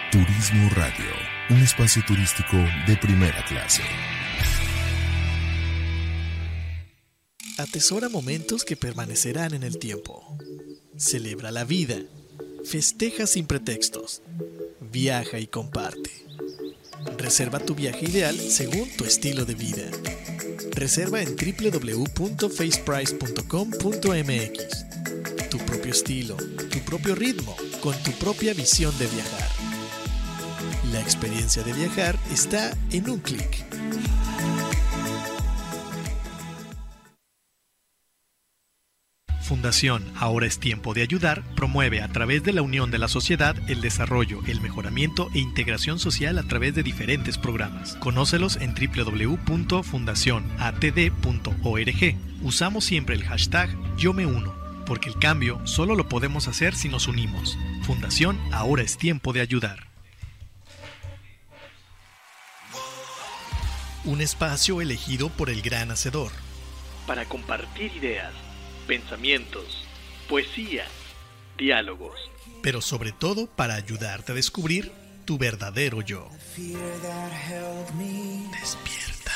Turismo Radio, un espacio turístico de primera clase. Atesora momentos que permanecerán en el tiempo. Celebra la vida. Festeja sin pretextos. Viaja y comparte. Reserva tu viaje ideal según tu estilo de vida. Reserva en www.faceprice.com.mx. Tu propio estilo, tu propio ritmo, con tu propia visión de viajar. La experiencia de viajar está en un clic. Fundación Ahora es Tiempo de Ayudar promueve a través de la unión de la sociedad el desarrollo, el mejoramiento e integración social a través de diferentes programas. Conócelos en www.fundacionatd.org. Usamos siempre el hashtag Yo Me Uno, porque el cambio solo lo podemos hacer si nos unimos. Fundación Ahora es Tiempo de Ayudar. Un espacio elegido por el gran hacedor. Para compartir ideas, pensamientos, poesía, diálogos. Pero sobre todo para ayudarte a descubrir tu verdadero yo. Despierta.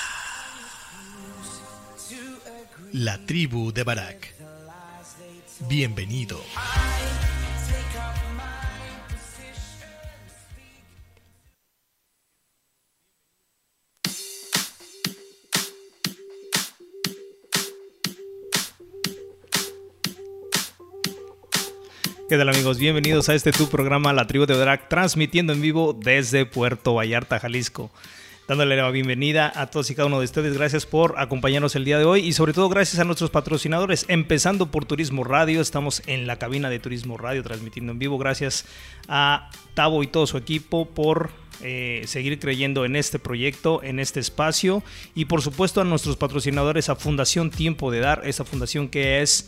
La tribu de Barak. Bienvenido. ¿Qué tal, amigos? Bienvenidos a tu programa La Tribu de Barak, transmitiendo en vivo desde Puerto Vallarta, Jalisco. Dándole la bienvenida a todos y cada uno de ustedes. Gracias por acompañarnos el día de hoy y sobre todo gracias a nuestros patrocinadores, empezando por Turismo Radio. Estamos en la cabina de Turismo Radio transmitiendo en vivo. Gracias a Tavo y todo su equipo por seguir creyendo en este proyecto, en este espacio, y por supuesto a nuestros patrocinadores, a Fundación Tiempo de Dar, esa fundación que es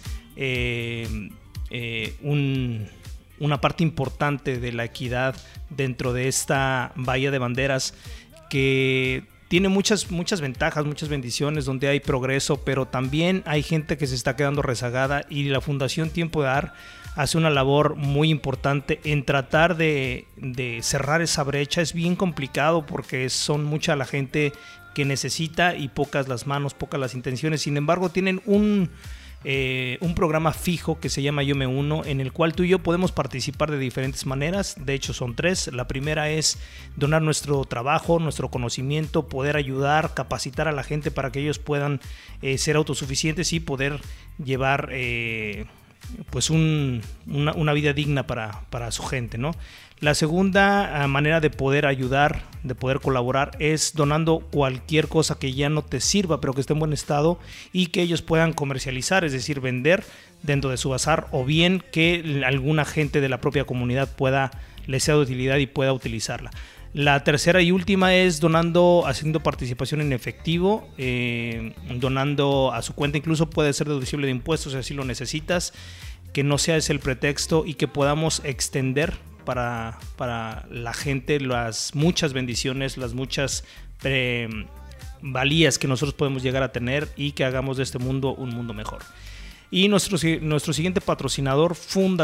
una parte importante de la equidad dentro de esta Bahía de Banderas, que tiene muchas ventajas, muchas bendiciones, donde hay progreso, pero también hay gente que se está quedando rezagada, y la Fundación Tiempo de Dar hace una labor muy importante en tratar de cerrar esa brecha. Es bien complicado porque son mucha la gente que necesita y pocas las manos, pocas las intenciones. Sin embargo, tienen un programa fijo que se llama Yo Me Uno, en el cual tú y yo podemos participar de diferentes maneras. De hecho, son 3. La primera es donar nuestro trabajo, nuestro conocimiento, poder ayudar, capacitar a la gente para que ellos puedan ser autosuficientes y poder llevar pues una vida digna para su gente, ¿no? La segunda manera de poder ayudar, de poder colaborar, es donando cualquier cosa que ya no te sirva, pero que esté en buen estado y que ellos puedan comercializar, es decir, vender dentro de su bazar, o bien que alguna gente de la propia comunidad les sea de utilidad y pueda utilizarla. La tercera y última es haciendo participación en efectivo, donando a su cuenta. Incluso puede ser deducible de impuestos si así lo necesitas, que no sea ese el pretexto, y que podamos extender para la gente las muchas bendiciones, las muchas valías que nosotros podemos llegar a tener, y que hagamos de este mundo un mundo mejor. Y nuestro siguiente patrocinador,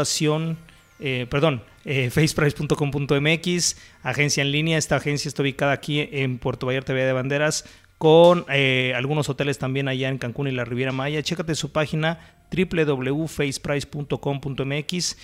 faceprice.com.mx, agencia en línea. Esta agencia está ubicada aquí en Puerto Vallarta, Bahía de Banderas, con algunos hoteles también allá en Cancún y la Riviera Maya. Chécate su página www.faceprice.com.mx.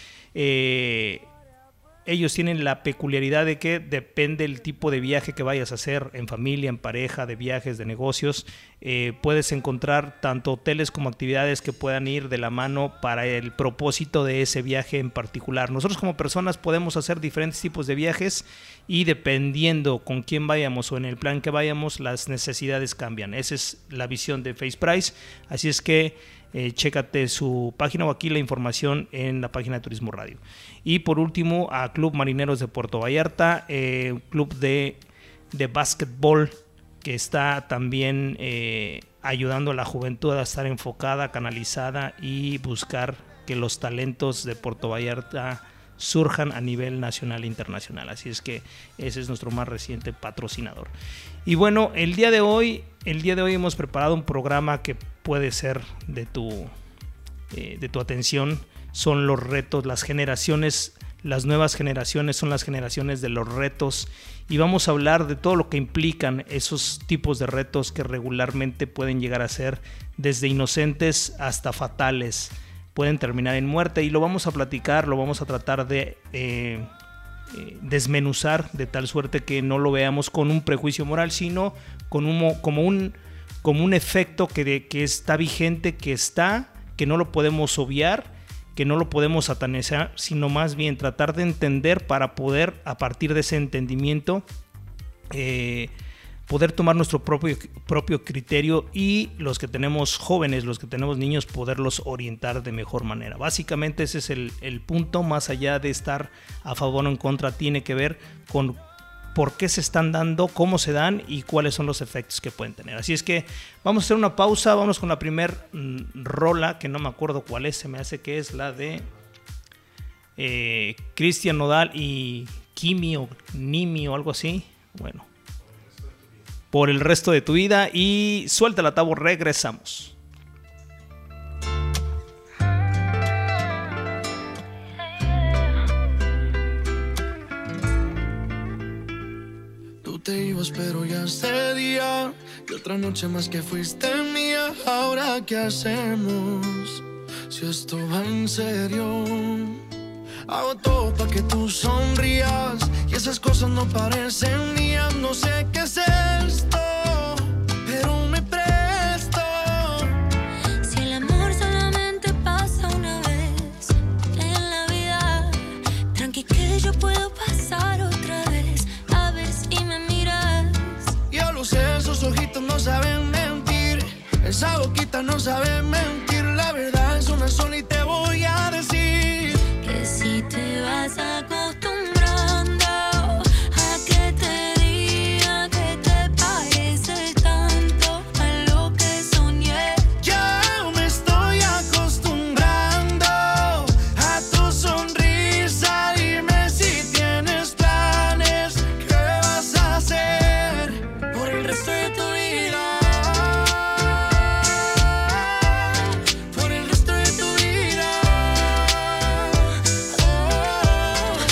Ellos tienen la peculiaridad de que depende del tipo de viaje que vayas a hacer, en familia, en pareja, de viajes, de negocios, puedes encontrar tanto hoteles como actividades que puedan ir de la mano para el propósito de ese viaje en particular. Nosotros como personas podemos hacer diferentes tipos de viajes, y dependiendo con quién vayamos o en el plan que vayamos, las necesidades cambian. Esa es la visión de Faceprice. Así es que chécate su página, o aquí la información en la página de Turismo Radio. Y por último, a Club Marineros de Puerto Vallarta, club de básquetbol, que está también ayudando a la juventud a estar enfocada, canalizada, y buscar que los talentos de Puerto Vallarta surjan a nivel nacional e internacional. Así es que ese es nuestro más reciente patrocinador. Y bueno, el día de hoy hemos preparado un programa que puede ser de tu atención. Son los retos, las generaciones Las nuevas generaciones son las generaciones de los retos y vamos a hablar de todo lo que implican esos tipos de retos que regularmente pueden llegar a ser desde inocentes hasta fatales, pueden terminar en muerte, y lo vamos a platicar, lo vamos a tratar de desmenuzar de tal suerte que no lo veamos con un prejuicio moral, sino como un efecto que está vigente, que no lo podemos obviar, que no lo podemos satanizar, sino más bien tratar de entender para poder, a partir de ese entendimiento, poder tomar nuestro propio criterio, y los que tenemos jóvenes, los que tenemos niños, poderlos orientar de mejor manera. Básicamente ese es el punto, más allá de estar a favor o en contra, tiene que ver con por qué se están dando, cómo se dan y cuáles son los efectos que pueden tener. Así es que vamos a hacer una pausa, vamos con la primer rola, que no me acuerdo cuál es, se me hace que es la de Cristian Nodal y Kimi o Nimi o algo así. Bueno, por el resto de tu vida, y suelta la Tabo, regresamos. Te ibas pero ya ese día, y otra noche más que fuiste mía. Ahora qué hacemos, si esto va en serio. Hago todo pa' que tú sonrías, y esas cosas no parecen mías. No sé qué es esto, pero me presto. Si el amor solamente pasa una vez en la vida, tranqui que yo puedo pasar otra vez. A ver si me miras. Yo lo sé, esos ojitos no saben mentir, esa boquita no sabe mentir. La verdad es una sola y te voy a decir que si te vas acostumbrando a que te diga que te parece tanto a lo que soñé. Ya me estoy acostumbrando a tu sonrisa. Dime si tienes planes, ¿qué vas a hacer por el resto de tu vida? Por el resto de tu vida. Oh,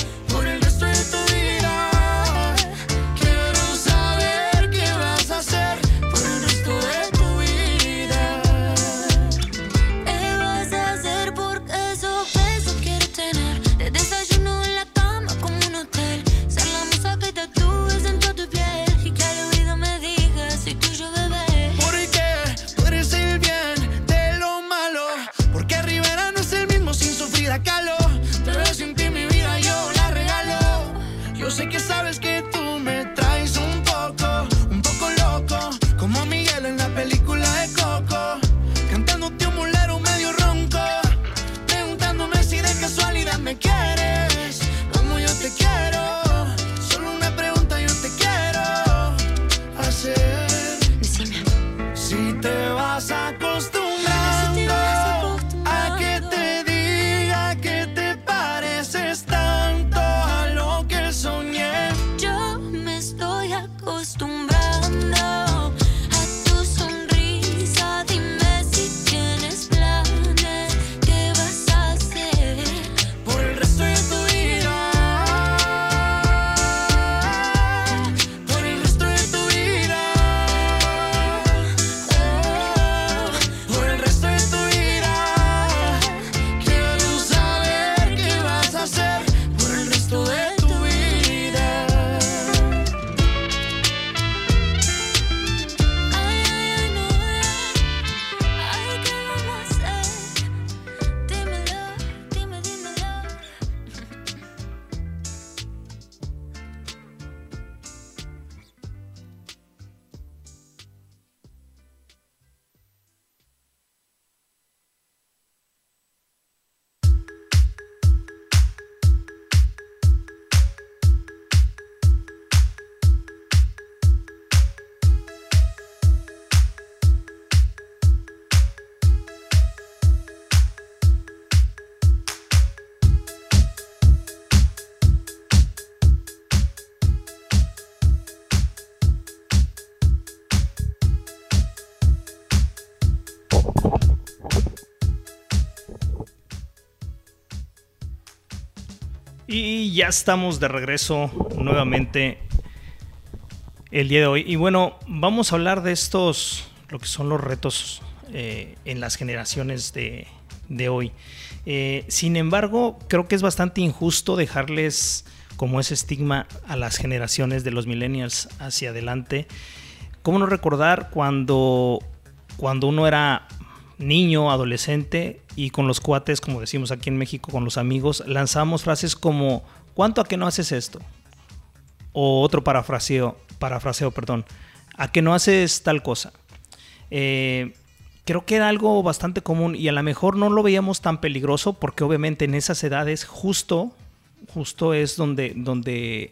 Y ya estamos de regreso nuevamente el día de hoy. Y bueno, vamos a hablar de estos, lo que son los retos en las generaciones de hoy. Sin embargo, creo que es bastante injusto dejarles como ese estigma a las generaciones de los millennials hacia adelante. ¿Cómo no recordar cuando uno era niño, adolescente, y con los cuates, como decimos aquí en México, con los amigos, lanzábamos frases como ¿cuánto a que no haces esto? O otro parafraseo, ¿a que no haces tal cosa? Creo que era algo bastante común y a lo mejor no lo veíamos tan peligroso porque obviamente en esas edades justo es donde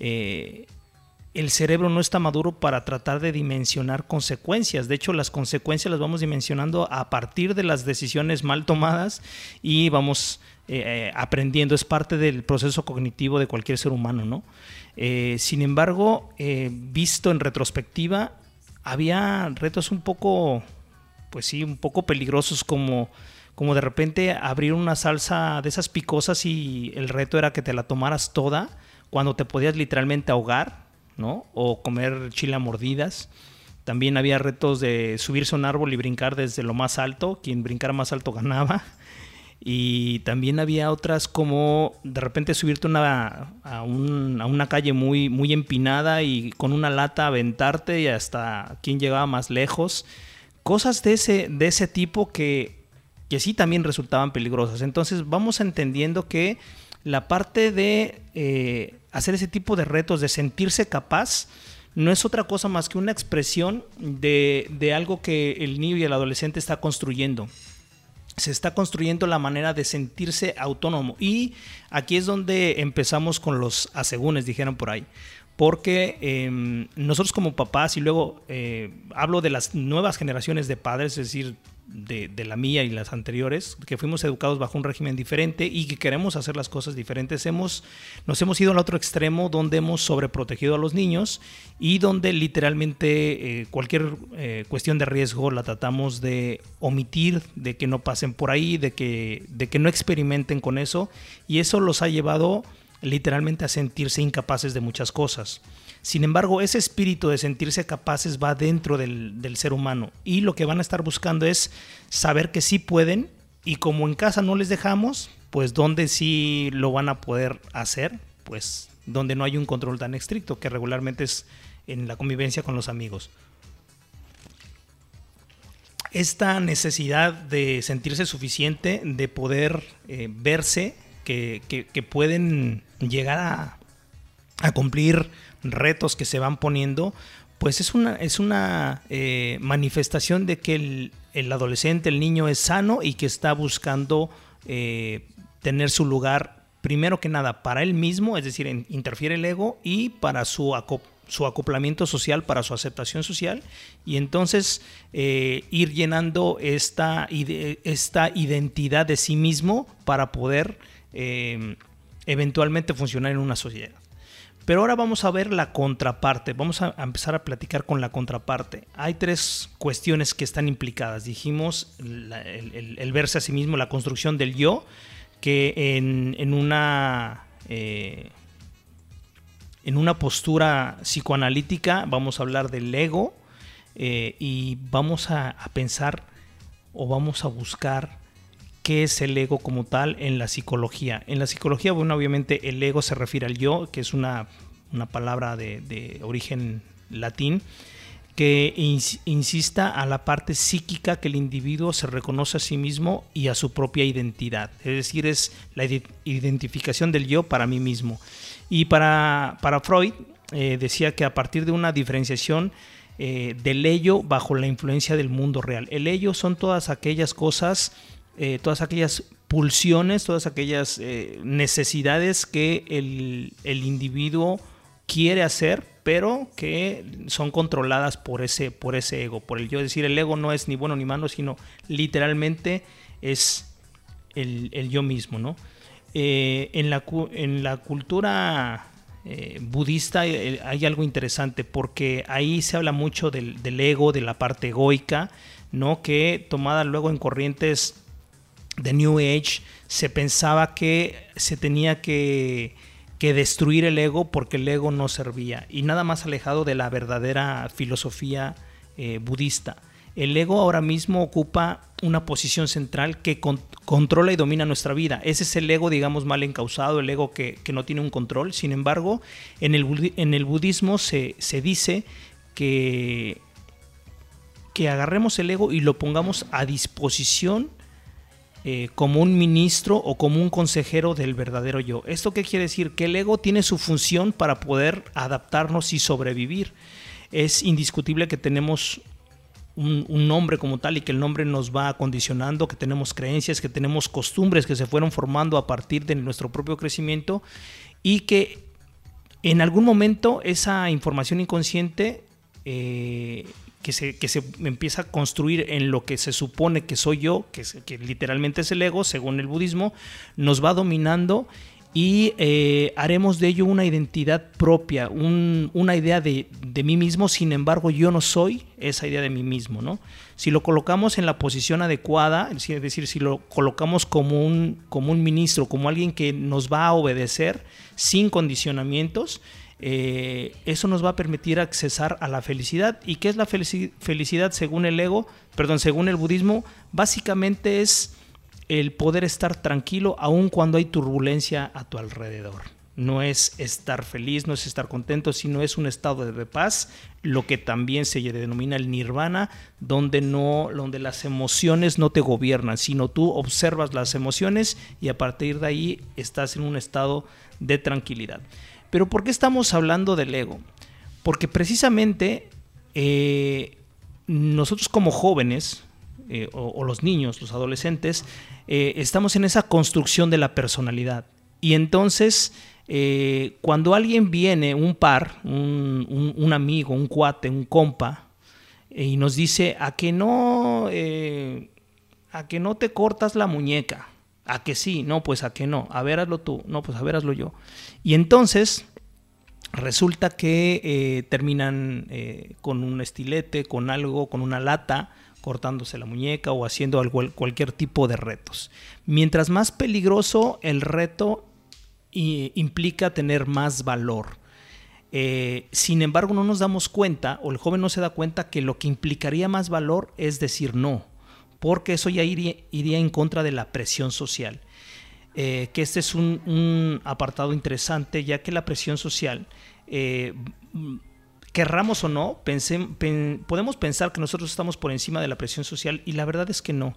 el cerebro no está maduro para tratar de dimensionar consecuencias. De hecho, las consecuencias las vamos dimensionando a partir de las decisiones mal tomadas y vamos aprendiendo. Es parte del proceso cognitivo de cualquier ser humano, ¿no? Sin embargo, visto en retrospectiva, había retos un poco peligrosos como de repente abrir una salsa de esas picosas y el reto era que te la tomaras toda cuando te podías literalmente ahogar, ¿no? O comer chile a mordidas. También había retos de subirse a un árbol y brincar desde lo más alto. Quien brincara más alto ganaba. Y también había otras como de repente subirte a una calle muy, muy empinada y con una lata aventarte y hasta quien llegaba más lejos. Cosas de ese tipo que sí también resultaban peligrosas. Entonces vamos entendiendo que la parte de hacer ese tipo de retos, de sentirse capaz, no es otra cosa más que una expresión de algo que el niño y el adolescente está construyendo. Se está construyendo la manera de sentirse autónomo. Y aquí es donde empezamos con los asegúnes, dijeron por ahí. Porque nosotros como papás, y luego hablo de las nuevas generaciones de padres, es decir, de la mía y las anteriores, que fuimos educados bajo un régimen diferente y que queremos hacer las cosas diferentes, nos hemos ido al otro extremo donde hemos sobreprotegido a los niños y donde literalmente cualquier cuestión de riesgo la tratamos de omitir, de que no pasen por ahí, de que no experimenten con eso, y eso los ha llevado literalmente a sentirse incapaces de muchas cosas. Sin embargo, ese espíritu de sentirse capaces va dentro del ser humano y lo que van a estar buscando es saber que sí pueden, y como en casa no les dejamos, pues donde sí lo van a poder hacer, pues donde no hay un control tan estricto, que regularmente es en la convivencia con los amigos. Esta necesidad de sentirse suficiente, de poder verse que pueden llegar a cumplir retos que se van poniendo, pues es una manifestación de que el adolescente, el niño es sano y que está buscando tener su lugar, primero que nada, para él mismo, es decir, interfiere el ego, y para su acoplamiento social, para su aceptación social, y entonces ir llenando esta identidad de sí mismo para poder eventualmente funcionar en una sociedad. Pero ahora vamos a ver la contraparte, vamos a empezar a platicar con la contraparte. Hay tres cuestiones que están implicadas. Dijimos el verse a sí mismo, la construcción del yo, que en una postura psicoanalítica vamos a hablar del ego, y vamos a pensar o vamos a buscar qué es el ego como tal en la psicología. En la psicología, bueno, obviamente el ego se refiere al yo, que es una palabra de origen latín, que insista a la parte psíquica que el individuo se reconoce a sí mismo y a su propia identidad. Es decir, es la identificación del yo para mí mismo. Y para Freud decía que a partir de una diferenciación del ello bajo la influencia del mundo real. El ello son todas aquellas cosas, todas aquellas pulsiones, todas aquellas necesidades que el individuo quiere hacer, pero que son controladas por ese ego, por el yo. Es decir, el ego no es ni bueno ni malo, sino literalmente es el yo mismo, ¿no? En la cultura budista hay algo interesante, porque ahí se habla mucho del ego, de la parte egoica, ¿no? Que tomada luego en corrientes de New Age, se pensaba que se tenía que destruir el ego porque el ego no servía, y nada más alejado de la verdadera filosofía budista. El ego ahora mismo ocupa una posición central que controla y domina nuestra vida. Ese es el ego, digamos, mal encausado, el ego que no tiene un control. Sin embargo, en el budismo se dice que agarremos el ego y lo pongamos a disposición como un ministro o como un consejero del verdadero yo. ¿Esto qué quiere decir? Que el ego tiene su función para poder adaptarnos y sobrevivir. Es indiscutible que tenemos un nombre como tal y que el nombre nos va acondicionando, que tenemos creencias, que tenemos costumbres que se fueron formando a partir de nuestro propio crecimiento, y que en algún momento esa información inconsciente que se empieza a construir en lo que se supone que soy yo, que literalmente es el ego, según el budismo, nos va dominando, y haremos de ello una identidad propia, una idea de mí mismo. Sin embargo, yo no soy esa idea de mí mismo, ¿no? Si lo colocamos en la posición adecuada, es decir, si lo colocamos como un ministro, como alguien que nos va a obedecer sin condicionamientos, eso nos va a permitir accesar a la felicidad. ¿Y qué es la felicidad según según el budismo? Básicamente es el poder estar tranquilo aun cuando hay turbulencia a tu alrededor. No es estar feliz, no es estar contento, sino es un estado de paz, lo que también se denomina el nirvana, donde las emociones no te gobiernan, sino tú observas las emociones y a partir de ahí estás en un estado de tranquilidad. Pero ¿por qué estamos hablando del ego? Porque precisamente nosotros como jóvenes, o los niños, los adolescentes, estamos en esa construcción de la personalidad. Y entonces, cuando alguien viene, un amigo, un cuate, un compa, y nos dice, ¿a que no te cortas la muñeca? ¿A que sí? No, pues ¿a que no? A ver, hazlo tú. No, pues a ver, hazlo yo. Y entonces resulta que terminan con un estilete, con algo, con una lata, cortándose la muñeca o haciendo cualquier tipo de retos. Mientras más peligroso el reto, implica tener más valor. Sin embargo, no nos damos cuenta, o el joven no se da cuenta, que lo que implicaría más valor es decir no, porque eso ya iría en contra de la presión social. Que este es un apartado interesante, ya que la presión social, querramos o no, podemos pensar que nosotros estamos por encima de la presión social, y la verdad es que no.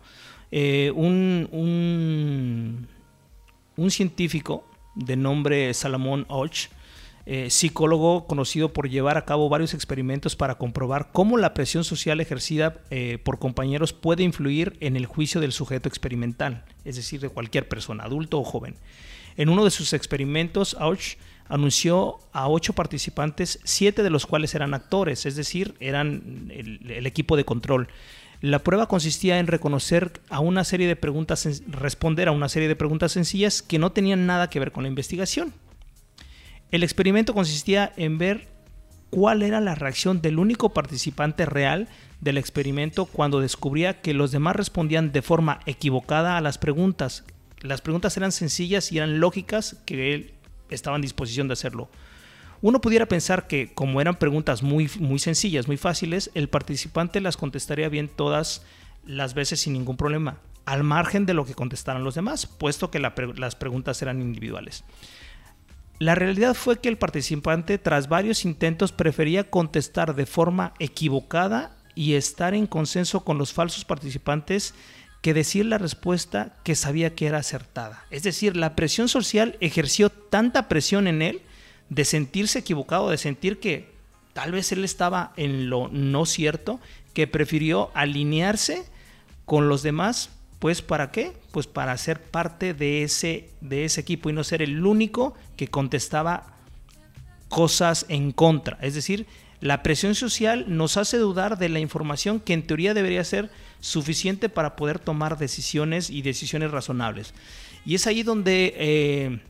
Un científico de nombre Salomón Asch, psicólogo conocido por llevar a cabo varios experimentos para comprobar cómo la presión social ejercida por compañeros puede influir en el juicio del sujeto experimental, es decir, de cualquier persona, adulto o joven. En uno de sus experimentos, Asch anunció a 8 participantes, 7 de los cuales eran actores, es decir, eran el equipo de control. La prueba consistía en responder a una serie de preguntas sencillas que no tenían nada que ver con la investigación. El experimento consistía en ver cuál era la reacción del único participante real del experimento cuando descubría que los demás respondían de forma equivocada a las preguntas. Las preguntas eran sencillas y eran lógicas, que él estaba en disposición de hacerlo. Uno pudiera pensar que, como eran preguntas muy, muy sencillas, muy fáciles, el participante las contestaría bien todas las veces sin ningún problema, al margen de lo que contestaran los demás, puesto que las preguntas eran individuales. La realidad fue que el participante, tras varios intentos, prefería contestar de forma equivocada y estar en consenso con los falsos participantes que decir la respuesta que sabía que era acertada. Es decir, la presión social ejerció tanta presión en él de sentirse equivocado, de sentir que tal vez él estaba en lo no cierto, que prefirió alinearse con los demás. Pues ¿para qué? Pues para ser parte de ese equipo y no ser el único que contestaba cosas en contra. Es decir, la presión social nos hace dudar de la información que en teoría debería ser suficiente para poder tomar decisiones y decisiones razonables. Y es ahí donde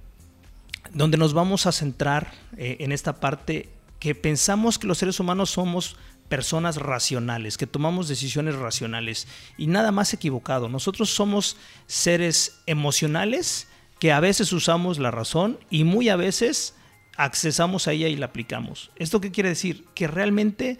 nos vamos a centrar en esta parte, que pensamos que los seres humanos somos personas racionales, que tomamos decisiones racionales y nada más equivocado. Nosotros somos seres emocionales que a veces usamos la razón y muy a veces accesamos a ella y la aplicamos. ¿Esto qué quiere decir? Que realmente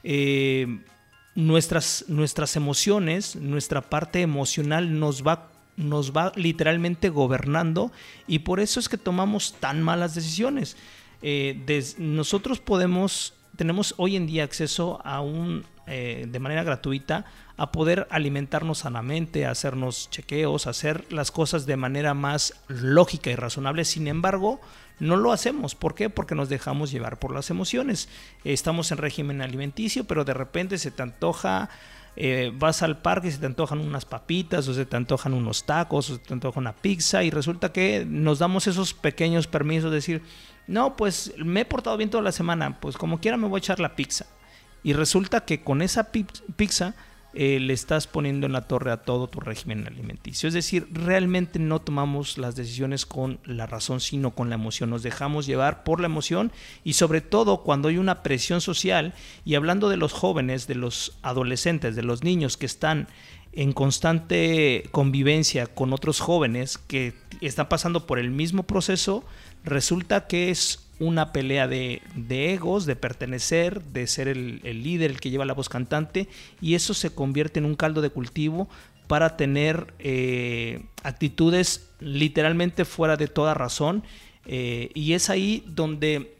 nuestras emociones, nuestra parte emocional nos va literalmente gobernando, y por eso es que tomamos tan malas decisiones. Nosotros tenemos hoy en día acceso a de manera gratuita a poder alimentarnos sanamente, a hacernos chequeos, a hacer las cosas de manera más lógica y razonable. Sin embargo, no lo hacemos. ¿Por qué? Porque nos dejamos llevar por las emociones. Estamos en régimen alimenticio, pero de repente se te antoja, vas al parque y se te antojan unas papitas, o se te antojan unos tacos, o se te antoja una pizza, y resulta que nos damos esos pequeños permisos de decir, no, pues me he portado bien toda la semana, pues como quiera me voy a echar la pizza. Y resulta que con esa pizza le estás poniendo en la torre a todo tu régimen alimenticio. Es decir, realmente no tomamos las decisiones con la razón, sino con la emoción. Nos dejamos llevar por la emoción, y sobre todo cuando hay una presión social. Y hablando de los jóvenes, de los adolescentes, de los niños que están en constante convivencia con otros jóvenes que están pasando por el mismo proceso, resulta que es una pelea de egos, de pertenecer, de ser el líder, el que lleva la voz cantante, y eso se convierte en un caldo de cultivo para tener actitudes literalmente fuera de toda razón, y es ahí donde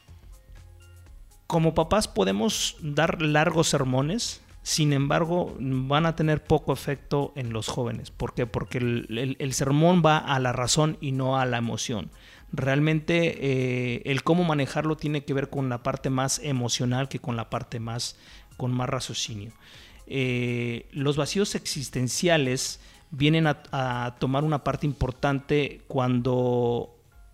como papás podemos dar largos sermones. Sin embargo, van a tener poco efecto en los jóvenes. ¿Por qué? Porque el sermón va a la razón y no a la emoción. Realmente el cómo manejarlo tiene que ver con la parte más emocional que con la parte con más raciocinio. Los vacíos existenciales vienen a tomar una parte importante cuando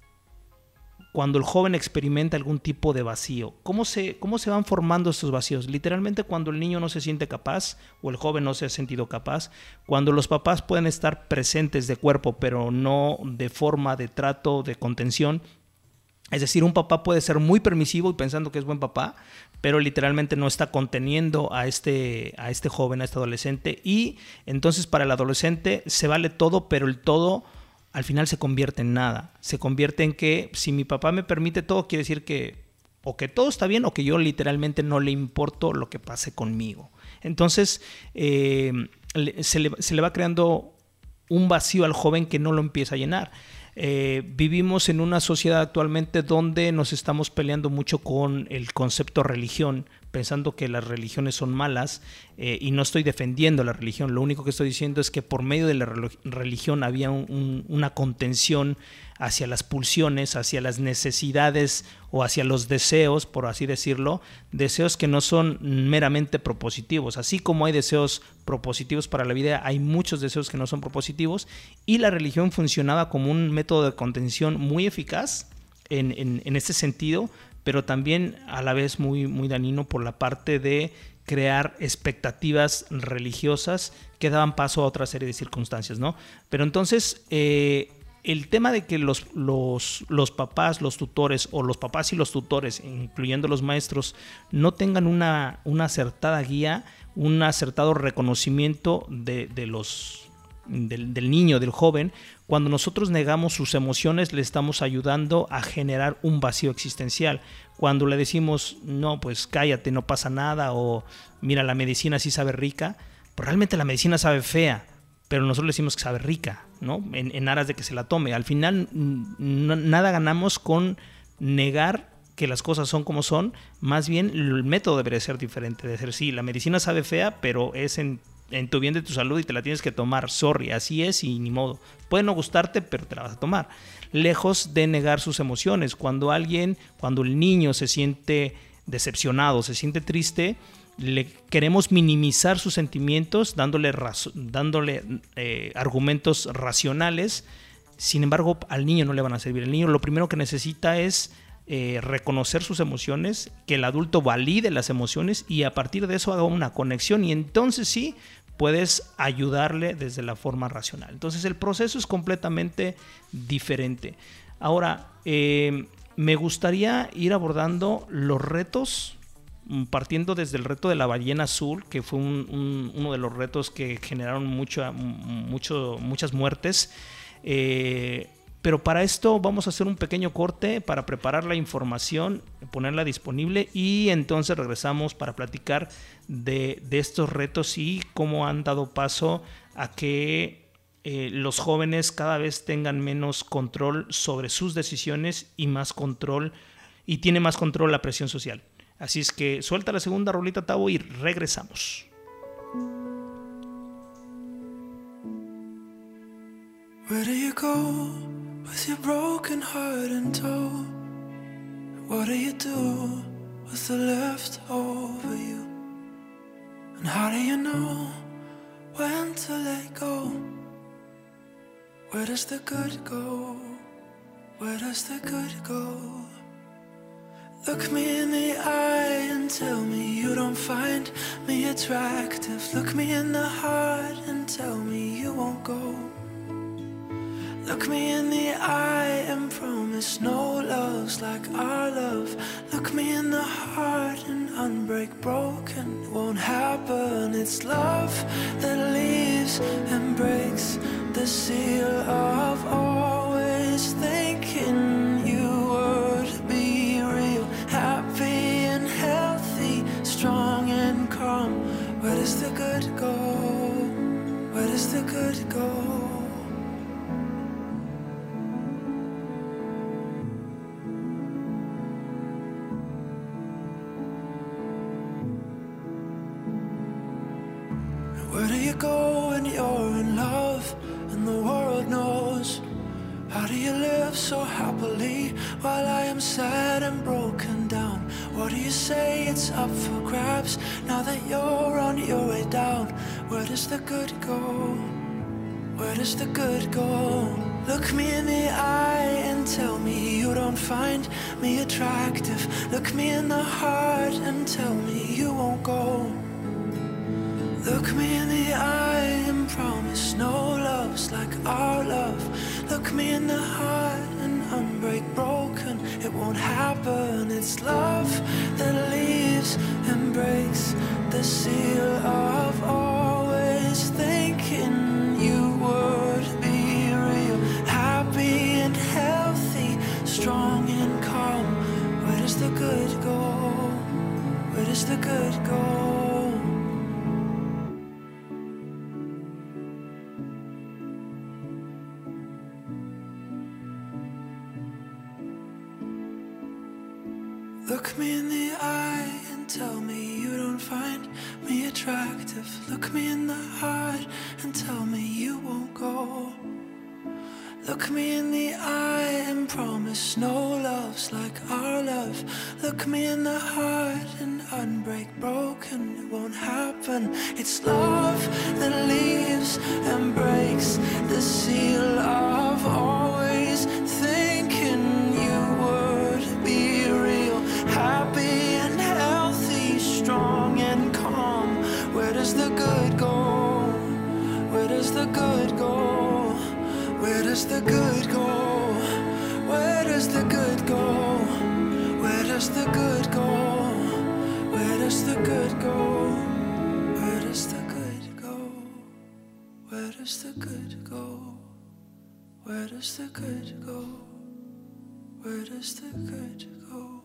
el joven experimenta algún tipo de vacío. ¿Cómo se van formando estos vacíos? Literalmente cuando el niño no se siente capaz, o el joven no se ha sentido capaz, cuando los papás pueden estar presentes de cuerpo, pero no de forma de trato, de contención. Es decir, un papá puede ser muy permisivo y pensando que es buen papá, pero literalmente no está conteniendo a este joven, a este adolescente, y entonces para el adolescente se vale todo, pero el todo al final se convierte en nada. Se convierte en que si mi papá me permite todo, quiere decir que o que todo está bien o que yo literalmente no le importo lo que pase conmigo. Entonces se le va creando un vacío al joven que no lo empieza a llenar. Vivimos en una sociedad actualmente donde nos estamos peleando mucho con el concepto religión, pensando que las religiones son malas, y no estoy defendiendo la religión. Lo único que estoy diciendo es que por medio de la religión había una contención hacia las pulsiones, hacia las necesidades o hacia los deseos, por así decirlo, deseos que no son meramente propositivos. Así como hay deseos propositivos para la vida, hay muchos deseos que no son propositivos, y la religión funcionaba como un método de contención muy eficaz en este sentido, pero también a la vez muy, muy dañino por la parte de crear expectativas religiosas que daban paso a otra serie de circunstancias, ¿no? Pero entonces el tema de que los papás, los tutores, o los papás y los tutores, incluyendo los maestros, no tengan una acertada guía, un acertado reconocimiento del niño, del joven. Cuando nosotros negamos sus emociones, le estamos ayudando a generar un vacío existencial. Cuando le decimos, no, pues cállate, no pasa nada, o mira, la medicina sí sabe rica, pues realmente la medicina sabe fea, pero nosotros le decimos que sabe rica, ¿no? En aras de que se la tome. Al final, nada ganamos con negar que las cosas son como son. Más bien, el método debería ser diferente. De decir, sí, la medicina sabe fea, pero es en tu bien de tu salud y te la tienes que tomar. Sorry, así es y ni modo. Puede no gustarte, pero te la vas a tomar. Lejos de negar sus emociones. Cuando el niño se siente decepcionado, se siente triste, le queremos minimizar sus sentimientos dándole argumentos racionales. Sin embargo, al niño no le van a servir. El niño lo primero que necesita es reconocer sus emociones, que el adulto valide las emociones, y a partir de eso haga una conexión, y entonces sí puedes ayudarle desde la forma racional. Entonces el proceso es completamente diferente. Ahora, me gustaría ir abordando los retos partiendo desde el reto de la ballena azul, que fue uno de los retos que generaron muchas muertes. Pero para esto vamos a hacer un pequeño corte para preparar la información, ponerla disponible, y entonces regresamos para platicar de estos retos y cómo han dado paso a que los jóvenes cada vez tengan menos control sobre sus decisiones y tiene más control la presión social. Así es que suelta la segunda rolita, Tavo, y regresamos. Where do you go with your broken heart in tow? What do you do with the left over you? And how do you know when to let go? Where does the good go? Where does the good go? Look me in the eye and tell me you don't find me attractive. Look me in the heart and tell me you won't go. Look me in the eye and promise no love's like our love. Look me in the heart and unbreak broken. It won't happen. It's love that leaves and breaks the seal of always thinking you would be real, happy and healthy, strong and calm. Where does the good go? Where does the good go? Where do you go when you're in love and the world knows? How do you live so happily while I am sad and broken down? What do you say it's up for grabs now that you're on your way down? Where does the good go? Where does the good go? Look me in the eye and tell me you don't find me attractive. Look me in the heart and tell me you won't go. Look me in the eye and promise no love's like our love. Look me in the heart and unbreak broken. It won't happen. It's love that leaves and breaks the seal of always thinking you would be real, happy and healthy, strong and calm. Where does the good go? Where does the good go? Look me in the eye and tell me you don't find me attractive. Look me in the heart and tell me you won't go. Look me in the eye and promise no love's like our love. Look me in the heart and unbreak broken. It won't happen. It's love that leaves and breaks the seal of always thinking you would be real, happy and healthy, strong and calm. Where does the good go? Where does the good go? Where does the good go? Where does the good go? Where does the good go? Where does the good go? Where does the good go? Where does the good go? Where does the good go? Where does the good go?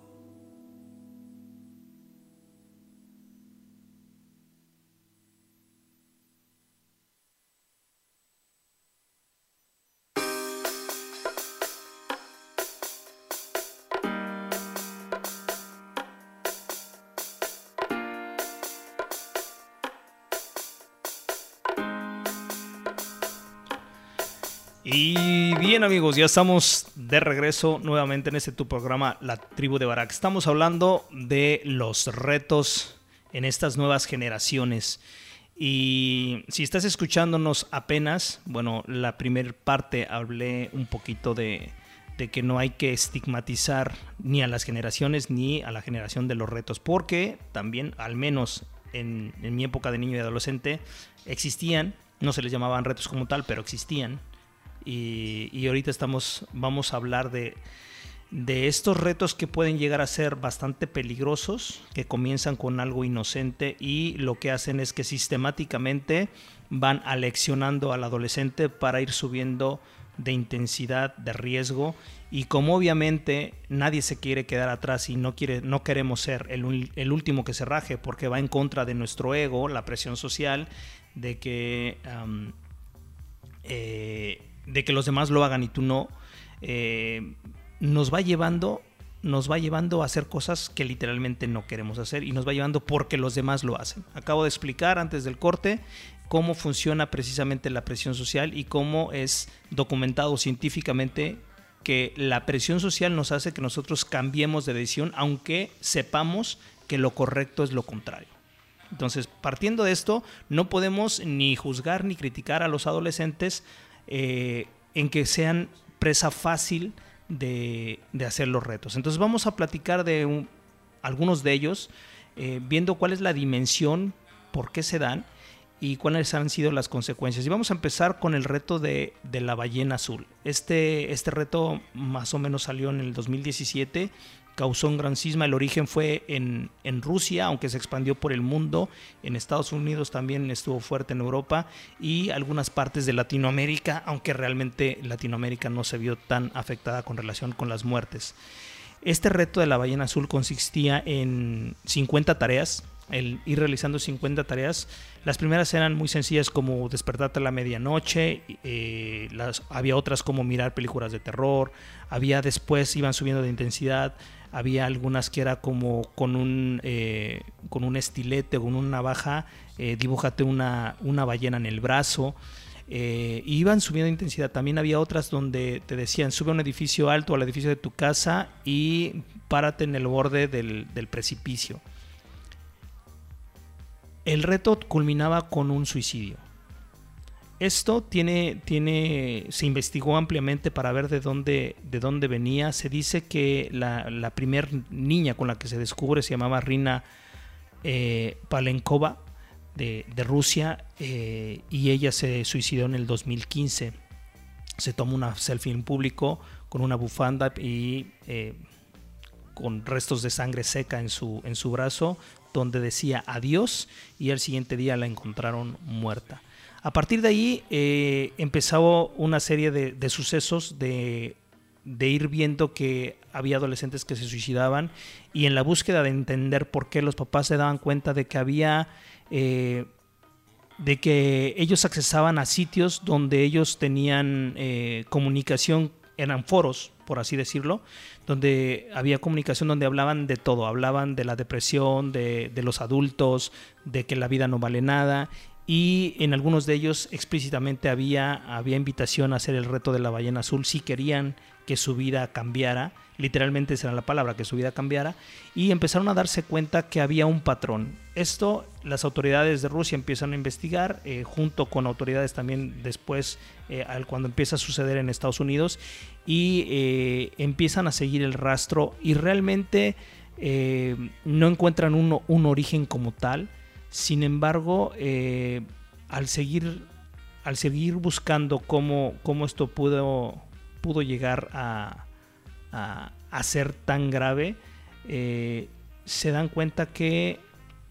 Y bien, amigos, ya estamos de regreso nuevamente en este tu programa, La Tribu de Barak. Estamos hablando de los retos en estas nuevas generaciones. Y si estás escuchándonos apenas, bueno, la primera parte hablé un poquito de que no hay que estigmatizar ni a las generaciones ni a la generación de los retos, porque también, al menos en mi época de niño y adolescente, existían, no se les llamaban retos como tal, pero existían. Y ahorita vamos a hablar de de estos retos que pueden llegar a ser bastante peligrosos, que comienzan con algo inocente y lo que hacen es que sistemáticamente van aleccionando al adolescente para ir subiendo de intensidad, de riesgo, y como obviamente nadie se quiere quedar atrás y no queremos ser el último que se raje, porque va en contra de nuestro ego, la presión social de que los demás lo hagan y tú no, nos va llevando a hacer cosas que literalmente no queremos hacer, y nos va llevando porque los demás lo hacen. Acabo de explicar antes del corte cómo funciona precisamente la presión social y cómo es documentado científicamente que la presión social nos hace que nosotros cambiemos de decisión, aunque sepamos que lo correcto es lo contrario. Entonces, partiendo de esto, no podemos ni juzgar ni criticar a los adolescentes en que sean presa fácil de hacer los retos. Entonces vamos a platicar de algunos de ellos, viendo cuál es la dimensión, por qué se dan y cuáles han sido las consecuencias. Y vamos a empezar con el reto de la ballena azul. Este reto más o menos salió en el 2017, causó un gran cisma. El origen fue en Rusia, aunque se expandió por el mundo. En Estados Unidos también estuvo fuerte, en Europa y algunas partes de Latinoamérica, aunque realmente Latinoamérica no se vio tan afectada con relación con las muertes. Este reto de la ballena azul consistía en 50 tareas, el ir realizando 50 tareas. Las primeras eran muy sencillas, como despertarte a la medianoche, había otras como mirar películas de terror, después iban subiendo de intensidad, había algunas que era como con un estilete o con una navaja, dibújate una ballena en el brazo, iban subiendo de intensidad. También había otras donde te decían: sube a un edificio alto, al edificio de tu casa y párate en el borde del precipicio. El reto culminaba con un suicidio. Esto se investigó ampliamente para ver de dónde venía. Se dice que la primer niña con la que se descubre se llamaba Rina Palenkova de Rusia, y ella se suicidó en el 2015. Se tomó una selfie en público con una bufanda y con restos de sangre seca en su brazo, donde decía adiós, y al siguiente día la encontraron muerta. A partir de ahí empezó una serie de sucesos de ir viendo que había adolescentes que se suicidaban, y en la búsqueda de entender por qué, los papás se daban cuenta de que de que ellos accesaban a sitios donde ellos tenían comunicación, eran foros, por así decirlo, donde había comunicación, donde hablaban de todo, hablaban de la depresión, de los adultos, de que la vida no vale nada, y en algunos de ellos explícitamente había invitación a hacer el reto de la ballena azul si querían que su vida cambiara. Literalmente esa era la palabra, que su vida cambiara, y empezaron a darse cuenta que había un patrón. Esto las autoridades de Rusia empiezan a investigar, junto con autoridades también después, cuando empieza a suceder en Estados Unidos, y empiezan a seguir el rastro, y realmente no encuentran un origen como tal. Sin embargo, al seguir buscando cómo esto pudo llegar a ser tan grave, se dan cuenta que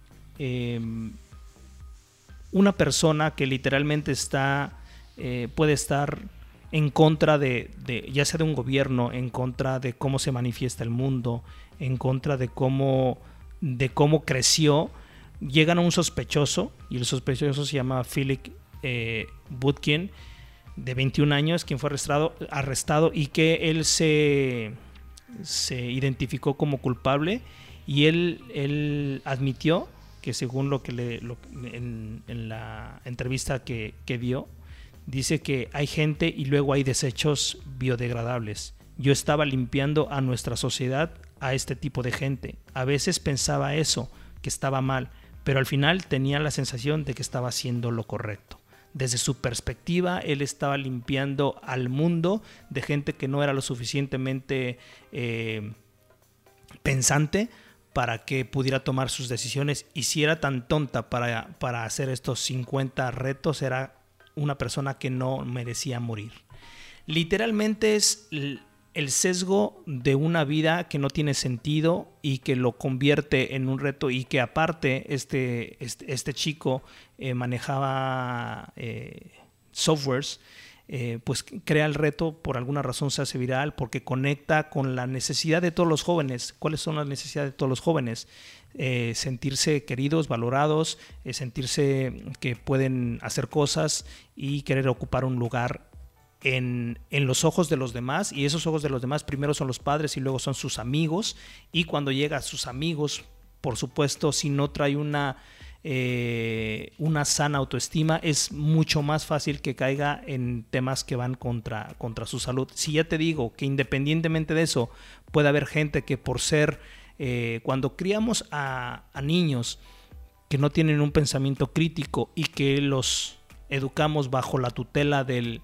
una persona que literalmente puede estar en contra de ya sea de un gobierno, en contra de cómo se manifiesta el mundo, en contra de cómo creció, llegan a un sospechoso, y el sospechoso se llama Philip Butkin, de 21 años, quien fue arrestado, y que él se identificó como culpable, y él admitió que, según en la entrevista que dio, dice que hay gente y luego hay desechos biodegradables. Yo estaba limpiando a nuestra sociedad a este tipo de gente. A veces pensaba eso, que estaba mal, pero al final tenía la sensación de que estaba haciendo lo correcto. Desde su perspectiva, él estaba limpiando al mundo de gente que no era lo suficientemente pensante para que pudiera tomar sus decisiones. Y si era tan tonta para hacer estos 50 retos, era una persona que no merecía morir. Literalmente es el sesgo de una vida que no tiene sentido y que lo convierte en un reto, y que aparte este chico manejaba softwares, pues crea el reto, por alguna razón se hace viral porque conecta con la necesidad de todos los jóvenes. ¿Cuáles son las necesidades de todos los jóvenes? Sentirse queridos, valorados, sentirse que pueden hacer cosas y querer ocupar un lugar en los ojos de los demás, y esos ojos de los demás primero son los padres y luego son sus amigos, y cuando llega a sus amigos, por supuesto, si no trae una sana autoestima, es mucho más fácil que caiga en temas que van contra su salud. Si ya te digo que independientemente de eso, puede haber gente que por ser, cuando criamos a niños que no tienen un pensamiento crítico y que los educamos bajo la tutela de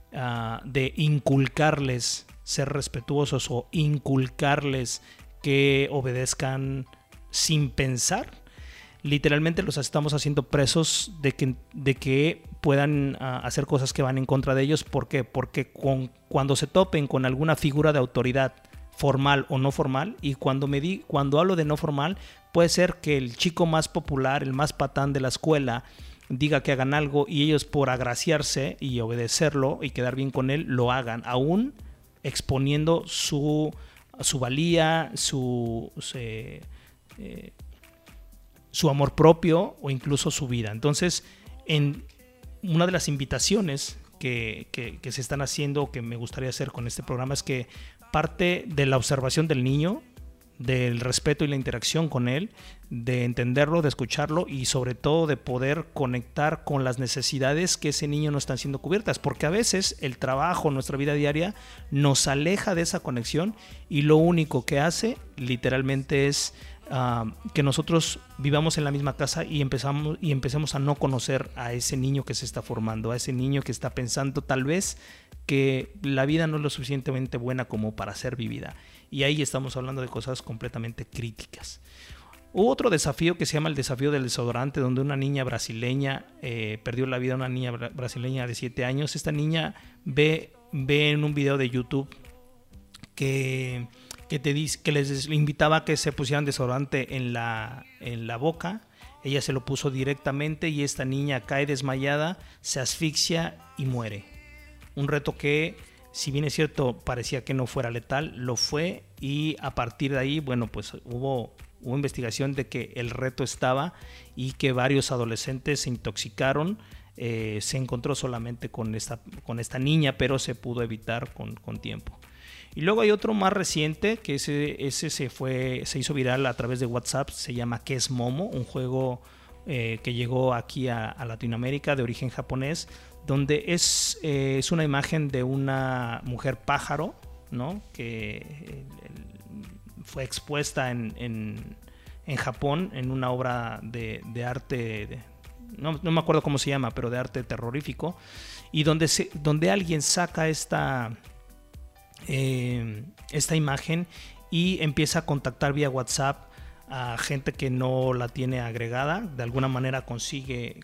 inculcarles ser respetuosos o inculcarles que obedezcan sin pensar, literalmente los estamos haciendo presos de que puedan hacer cosas que van en contra de ellos. ¿Por qué? Porque cuando se topen con alguna figura de autoridad, formal o no formal, y cuando hablo de no formal, puede ser que el chico más popular, el más patán de la escuela, diga que hagan algo y ellos, por agraciarse y obedecerlo y quedar bien con él, lo hagan, aún exponiendo su valía, su amor propio o incluso su vida. Entonces, en una de las invitaciones que se están haciendo, que me gustaría hacer con este programa, es que parte de la observación del niño, del respeto y la interacción con él, de entenderlo, de escucharlo y sobre todo de poder conectar con las necesidades que ese niño no están siendo cubiertas, porque a veces el trabajo, nuestra vida diaria, nos aleja de esa conexión, y lo único que hace literalmente es que nosotros vivamos en la misma casa y empecemos a no conocer a ese niño que se está formando, a ese niño que está pensando tal vez que la vida no es lo suficientemente buena como para ser vivida. Y ahí estamos hablando de cosas completamente críticas. Hubo otro desafío que se llama el desafío del desodorante, donde una niña brasileña perdió la vida, una niña brasileña de 7 años. Esta niña ve en un video de YouTube que les invitaba a que se pusieran desodorante en la boca. Ella se lo puso directamente y esta niña cae desmayada, se asfixia y muere. Un reto que, si bien es cierto, parecía que no fuera letal, lo fue, y a partir de ahí, bueno, pues hubo investigación de que el reto estaba y que varios adolescentes se intoxicaron. Se encontró solamente con esta niña, pero se pudo evitar con tiempo. Y luego hay otro más reciente, que ese se hizo viral a través de WhatsApp, se llama ¿Qué es Momo? Un juego que llegó aquí a Latinoamérica, de origen japonés, donde es una imagen de una mujer pájaro, ¿no? Que fue expuesta en Japón en una obra de arte, no me acuerdo cómo se llama, pero de arte terrorífico, y donde alguien saca esta imagen y empieza a contactar vía WhatsApp a gente que no la tiene agregada. De alguna manera consigue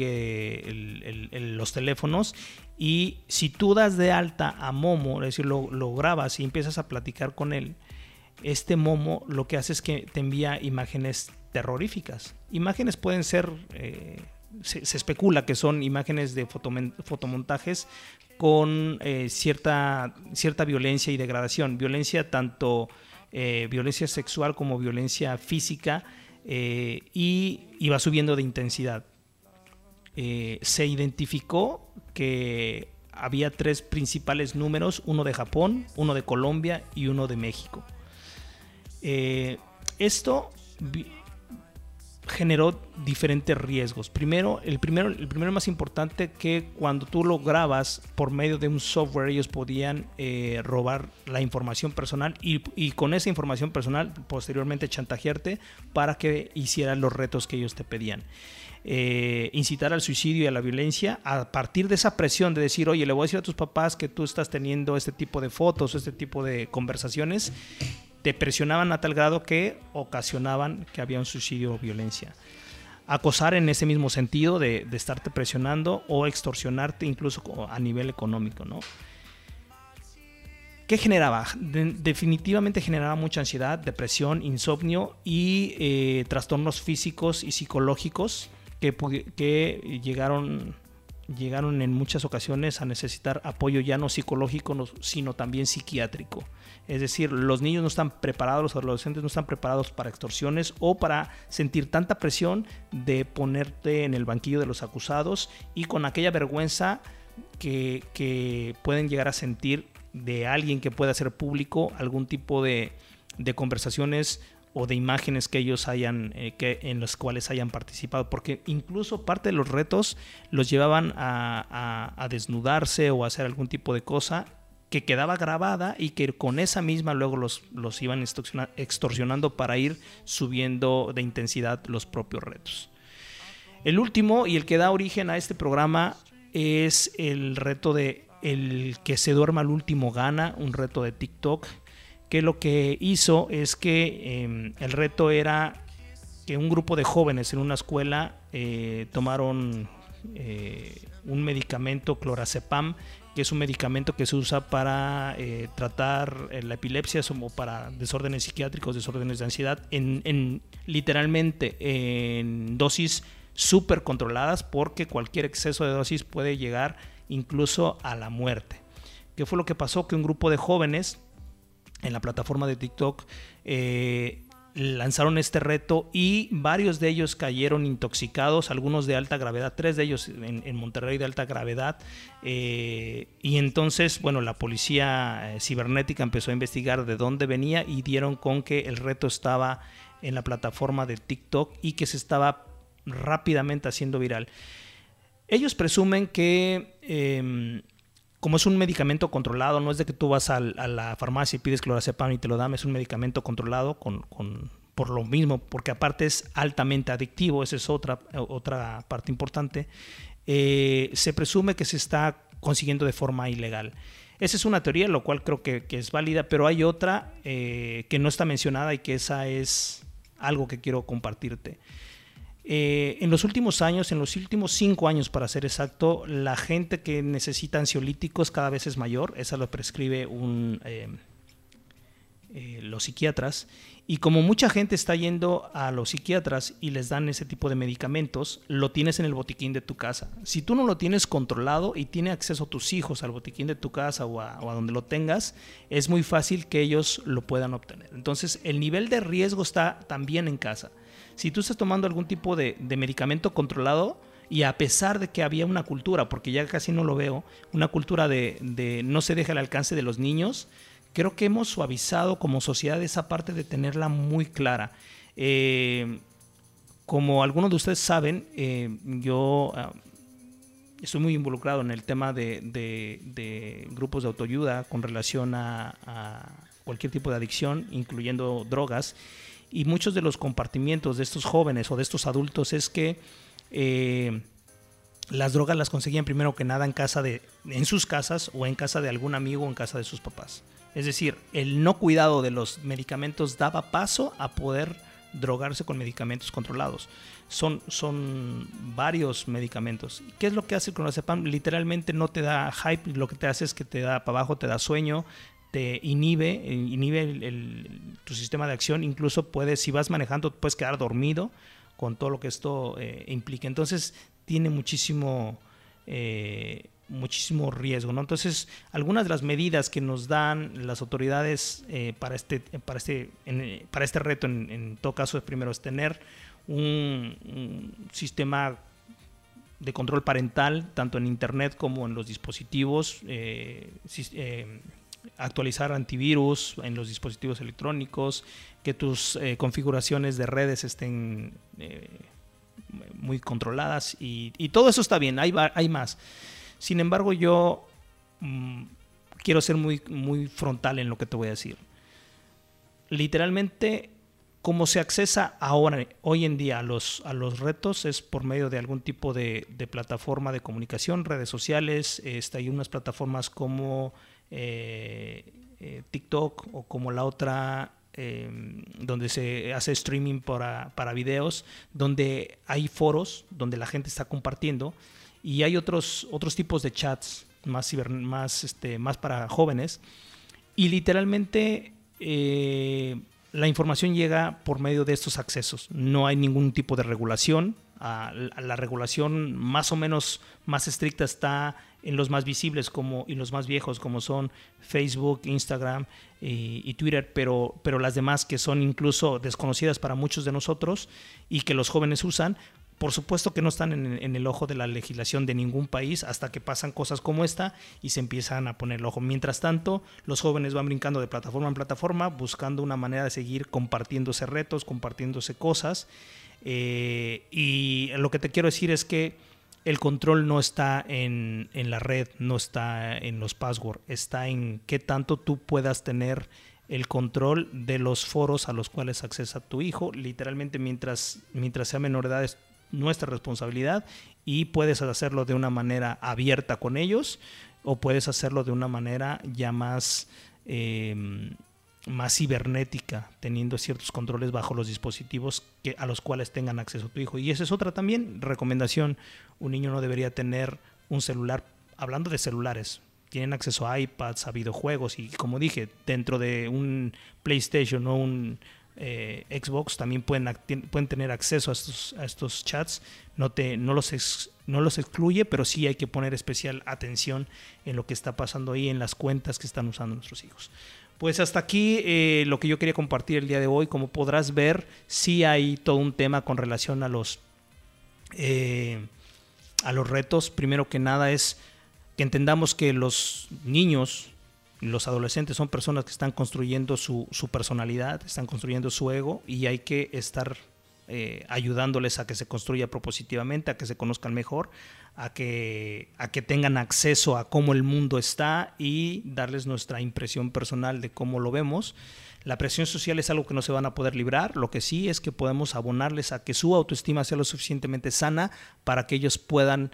los teléfonos, y si tú das de alta a Momo, es decir, lo grabas y empiezas a platicar con él, este Momo lo que hace es que te envía imágenes terroríficas. Imágenes pueden ser, se especula que son imágenes de fotomontajes con cierta violencia y degradación, violencia tanto violencia sexual como violencia física, y va subiendo de intensidad. Se identificó que había 3 principales números, uno de Japón, uno de Colombia y uno de México. Esto generó diferentes riesgos. El primero más importante, que cuando tú lo grabas por medio de un software, ellos podían robar la información personal y con esa información personal posteriormente chantajearte para que hicieran los retos que ellos te pedían. Incitar al suicidio y a la violencia a partir de esa presión de decir: oye, le voy a decir a tus papás que tú estás teniendo este tipo de fotos o este tipo de conversaciones. Te presionaban a tal grado que ocasionaban que había un suicidio o violencia. Acosar en ese mismo sentido de estarte presionando, o extorsionarte incluso a nivel económico, ¿no? ¿Qué generaba? Definitivamente generaba mucha ansiedad, depresión, insomnio y trastornos físicos y psicológicos que llegaron en muchas ocasiones a necesitar apoyo ya no psicológico, sino también psiquiátrico. Es decir, los niños no están preparados, los adolescentes no están preparados para extorsiones o para sentir tanta presión de ponerte en el banquillo de los acusados y con aquella vergüenza que pueden llegar a sentir de alguien que pueda hacer público algún tipo de conversaciones o de imágenes que ellos hayan en las cuales hayan participado, porque incluso parte de los retos los llevaban a desnudarse o a hacer algún tipo de cosa que quedaba grabada y que con esa misma luego los iban extorsionando para ir subiendo de intensidad los propios retos. El último y el que da origen a este programa es el reto de el que se duerma al último gana, un reto de TikTok, que lo que hizo es que el reto era que un grupo de jóvenes en una escuela tomaron un medicamento, clorazepam, que es un medicamento que se usa para tratar la epilepsia o para desórdenes psiquiátricos, desórdenes de ansiedad, literalmente en dosis súper controladas, porque cualquier exceso de dosis puede llegar incluso a la muerte. ¿Qué fue lo que pasó? Que un grupo de jóvenes en la plataforma de TikTok lanzaron este reto y varios de ellos cayeron intoxicados, algunos de alta gravedad, 3 de ellos en Monterrey de alta gravedad, y entonces, bueno, la policía cibernética empezó a investigar de dónde venía y dieron con que el reto estaba en la plataforma de TikTok y que se estaba rápidamente haciendo viral. Ellos presumen que como es un medicamento controlado, no es de que tú vas a la farmacia y pides clorazepam y te lo dan, es un medicamento controlado por lo mismo, porque aparte es altamente adictivo, esa es otra parte importante. Se presume que se está consiguiendo de forma ilegal. Esa es una teoría, lo cual creo que es válida, pero hay otra que no está mencionada y que esa es algo que quiero compartirte. En los últimos años, en los últimos 5 años para ser exacto, la gente que necesita ansiolíticos cada vez es mayor. Esa lo prescribe los psiquiatras. Y como mucha gente está yendo a los psiquiatras y les dan ese tipo de medicamentos, lo tienes en el botiquín de tu casa. Si tú no lo tienes controlado y tiene acceso tus hijos al botiquín de tu casa o a donde lo tengas, es muy fácil que ellos lo puedan obtener. Entonces, el nivel de riesgo está también en casa. Si tú estás tomando algún tipo de medicamento controlado, y a pesar de que había una cultura, porque ya casi no lo veo, una cultura de no se deja al alcance de los niños, creo que hemos suavizado como sociedad esa parte de tenerla muy clara. Como algunos de ustedes saben, yo estoy muy involucrado en el tema de grupos de autoayuda con relación a cualquier tipo de adicción, incluyendo drogas. Y muchos de los compartimientos de estos jóvenes o de estos adultos es que las drogas las conseguían primero que nada en sus casas o en casa de algún amigo o en casa de sus papás. Es decir, el no cuidado de los medicamentos daba paso a poder drogarse con medicamentos controlados. Son varios medicamentos. ¿Qué es lo que hace el clonazepam? Literalmente no te da hype, lo que te hace es que te da para abajo, te da sueño, te inhibe tu sistema de acción. Incluso si vas manejando, puedes quedar dormido con todo lo que esto implica. Entonces tiene muchísimo riesgo, ¿no? Entonces, algunas de las medidas que nos dan las autoridades para este reto, en todo caso, primero es tener un sistema de control parental, tanto en internet como en los dispositivos, actualizar antivirus en los dispositivos electrónicos, que tus configuraciones de redes estén muy controladas y todo eso está bien, hay más. Sin embargo, yo quiero ser muy, muy frontal en lo que te voy a decir. Literalmente, cómo se accesa hoy en día a los retos es por medio de algún tipo de plataforma de comunicación, redes sociales. Hay unas plataformas como TikTok o como la otra donde se hace streaming para videos, donde hay foros donde la gente está compartiendo, y hay otros tipos de chats más para jóvenes, Y literalmente la información llega por medio de estos accesos. No hay ningún tipo de regulación. La regulación más o menos más estricta está en los más visibles y los más viejos, como son Facebook, Instagram y Twitter, pero las demás, que son incluso desconocidas para muchos de nosotros y que los jóvenes usan, por supuesto que no están en el ojo de la legislación de ningún país hasta que pasan cosas como esta y se empiezan a poner el ojo. Mientras tanto, los jóvenes van brincando de plataforma en plataforma buscando una manera de seguir compartiéndose retos, compartiéndose cosas. Y lo que te quiero decir es que el control no está en la red, no está en los passwords, está en qué tanto tú puedas tener el control de los foros a los cuales accesa tu hijo. Literalmente, mientras sea menor de edad, es nuestra responsabilidad, y puedes hacerlo de una manera abierta con ellos o puedes hacerlo de una manera ya más cibernética, teniendo ciertos controles bajo los dispositivos a los cuales tengan acceso tu hijo. Y esa es otra también recomendación: un niño no debería tener un celular. Hablando de celulares, tienen acceso a iPads, a videojuegos, y como dije, dentro de un PlayStation o un Xbox también pueden tener acceso a estos chats. No los excluye, pero sí hay que poner especial atención en lo que está pasando ahí, en las cuentas que están usando nuestros hijos. Pues hasta aquí lo que yo quería compartir el día de hoy. Como podrás ver, sí hay todo un tema con relación a los retos. Primero que nada es que entendamos que los niños, los adolescentes, son personas que están construyendo su personalidad, están construyendo su ego, y hay que estar ayudándoles a que se construya propositivamente, a que se conozcan mejor, a que tengan acceso a cómo el mundo está y darles nuestra impresión personal de cómo lo vemos. La presión social es algo que no se van a poder librar. Lo que sí es que podemos abonarles a que su autoestima sea lo suficientemente sana para que ellos puedan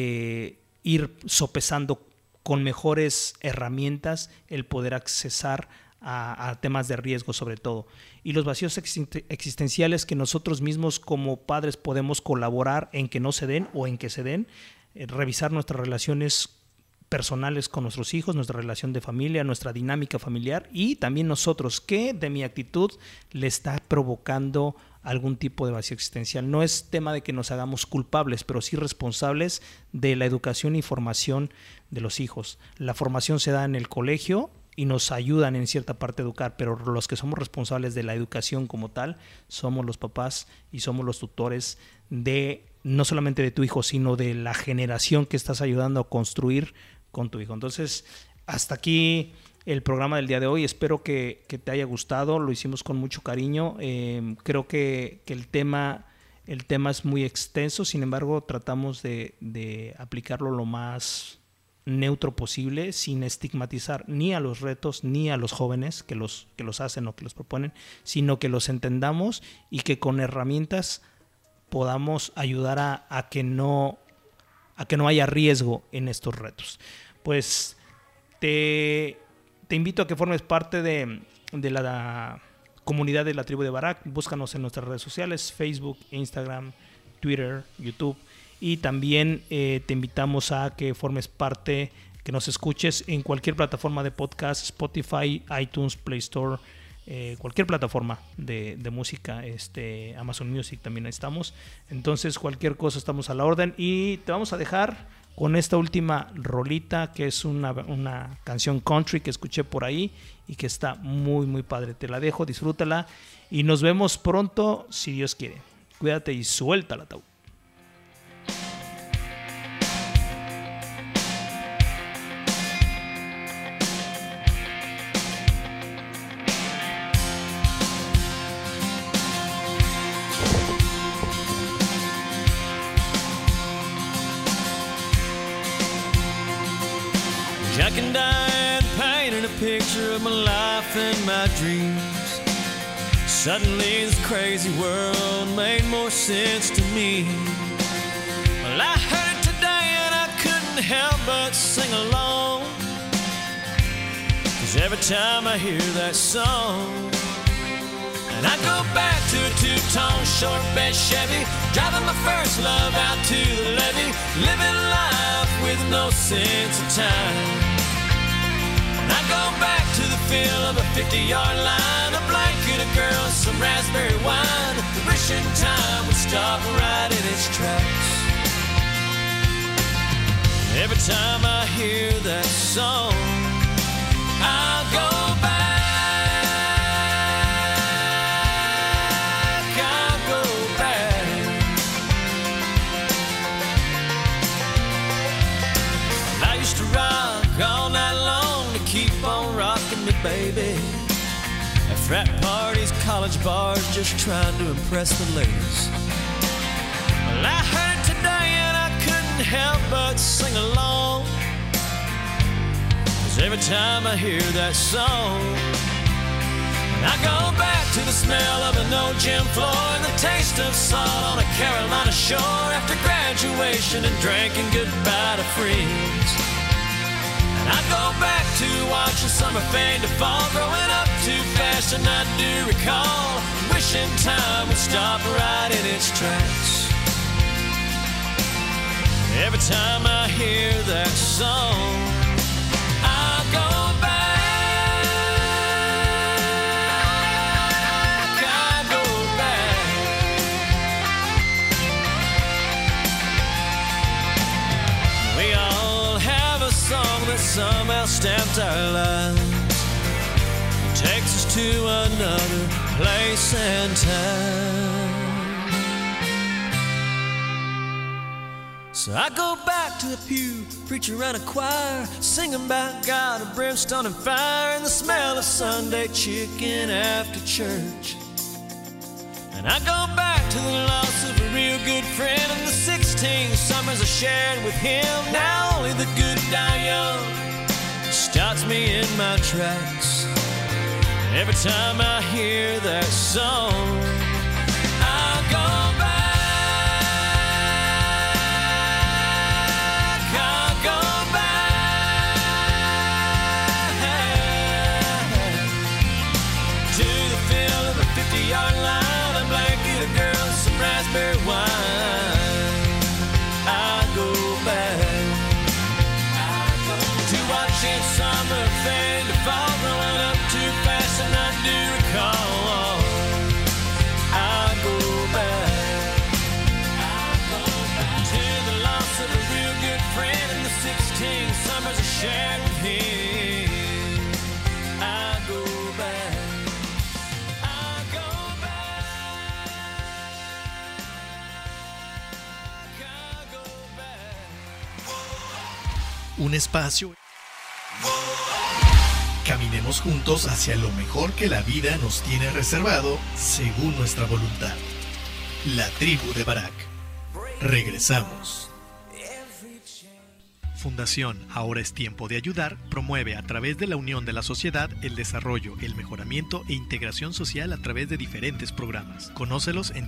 ir sopesando con mejores herramientas el poder accesar a temas de riesgo, sobre todo. Y los vacíos existenciales que nosotros mismos como padres podemos colaborar en que no se den o en que se den. Revisar nuestras relaciones personales con nuestros hijos, nuestra relación de familia, nuestra dinámica familiar, y también nosotros, qué de mi actitud le está provocando algún tipo de vacío existencial. No es tema de que nos hagamos culpables, pero sí responsables de la educación y formación de los hijos. La formación se da en el colegio y nos ayudan en cierta parte a educar, pero los que somos responsables de la educación como tal somos los papás y somos los tutores de no solamente de tu hijo, sino de la generación que estás ayudando a construir con tu hijo. Entonces, hasta aquí el programa del día de hoy. Espero que te haya gustado. Lo hicimos con mucho cariño. Creo que el tema es muy extenso. Sin embargo, tratamos de aplicarlo lo más neutro posible, sin estigmatizar ni a los retos ni a los jóvenes que los hacen o que los proponen, sino que los entendamos y que con herramientas podamos ayudar a que no haya riesgo en estos retos. Pues te invito a que formes parte de la comunidad de la tribu de Barak. Búscanos en nuestras redes sociales: Facebook, Instagram, Twitter, YouTube. Y también te invitamos a que formes parte, que nos escuches en cualquier plataforma de podcast: Spotify, iTunes, Play Store, cualquier plataforma de música, Amazon Music también estamos. Entonces, cualquier cosa estamos a la orden. Y te vamos a dejar con esta última rolita, que es una canción country que escuché por ahí y que está muy muy padre. Te la dejo, disfrútala y nos vemos pronto si Dios quiere. Cuídate y suéltala, Tau. Jack and Diane painted a picture of my life and my dreams. Suddenly this crazy world made more sense to me. Well, I heard it today and I couldn't help but sing along, 'cause every time I hear that song, and I go back to a two-tone short bed Chevy, driving my first love out to the levee, living life with no sense of time. And I go back to the feel of a 50-yard line, a blanket of girls, some raspberry wine. Wishing time would stop right in its tracks. Every time I hear that song, I'll go back. I'll go back. I used to rock all night long to keep on rocking me, baby. At frat parties, college bars, just trying to impress the ladies. Well, I heard it today and I couldn't help but sing along. 'Cause every time I hear that song, I go back to the smell of an old gym floor and the taste of salt on a Carolina shore after graduation and drinking goodbye to friends. And I go back to watching summer fade to fall, growing up too fast, and I do recall wishing time would stop right in its tracks. Every time I hear that song, I'll go back. I'll go back. We all have a song that somehow stamped our lives, takes us to another place and time. So I go back to the pew, preacher and a choir, singing about God and brimstone and fire, and the smell of Sunday chicken after church. And I go back to the loss of a real good friend and the 16 summers I shared with him. Now only the good die young stops me in my tracks. Every time I hear that song, I'll go back. I'll go back to the feel of a 50-yard line, a blanket of girls, some raspberry wine. I'll go back to watching summer fade to fall, growing up too fast, and I do recall. I'll go back to the loss of a real good friend and the 16 summers I shared with him. I'll go back. I'll go back. I'll go back. Un espacio. Caminemos juntos hacia lo mejor que la vida nos tiene reservado según nuestra voluntad. La tribu de Barak. Regresamos. Fundación Ahora es Tiempo de Ayudar promueve a través de la unión de la sociedad el desarrollo, el mejoramiento e integración social a través de diferentes programas. Conócelos en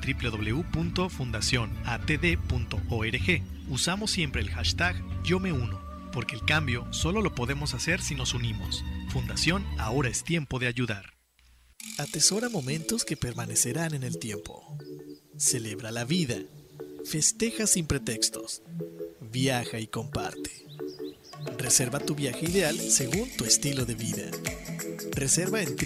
www.fundacionatd.org. Usamos siempre el hashtag Yo Me Uno, porque el cambio solo lo podemos hacer si nos unimos. Fundación Ahora es Tiempo de Ayudar. Atesora momentos que permanecerán en el tiempo. Celebra la vida. Festeja sin pretextos. Viaja y comparte. Reserva tu viaje ideal según tu estilo de vida. Reserva en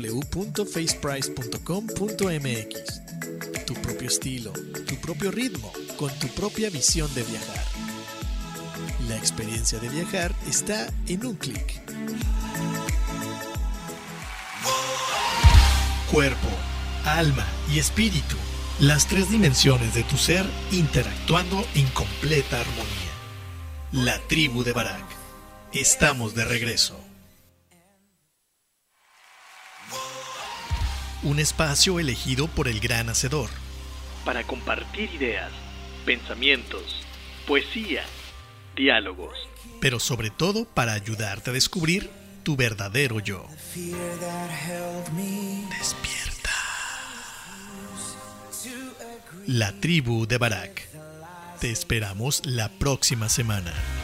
www.faceprice.com.mx. Tu propio estilo, tu propio ritmo, con tu propia visión de viajar. La experiencia de viajar está en un clic. Cuerpo, alma y espíritu, las tres dimensiones de tu ser interactuando en completa armonía. La tribu de Barak. Estamos de regreso. Un espacio elegido por el Gran Hacedor. Para compartir ideas, pensamientos, poesía, diálogos. Pero sobre todo para ayudarte a descubrir tu verdadero yo. Despierta. La tribu de Barak. Te esperamos la próxima semana.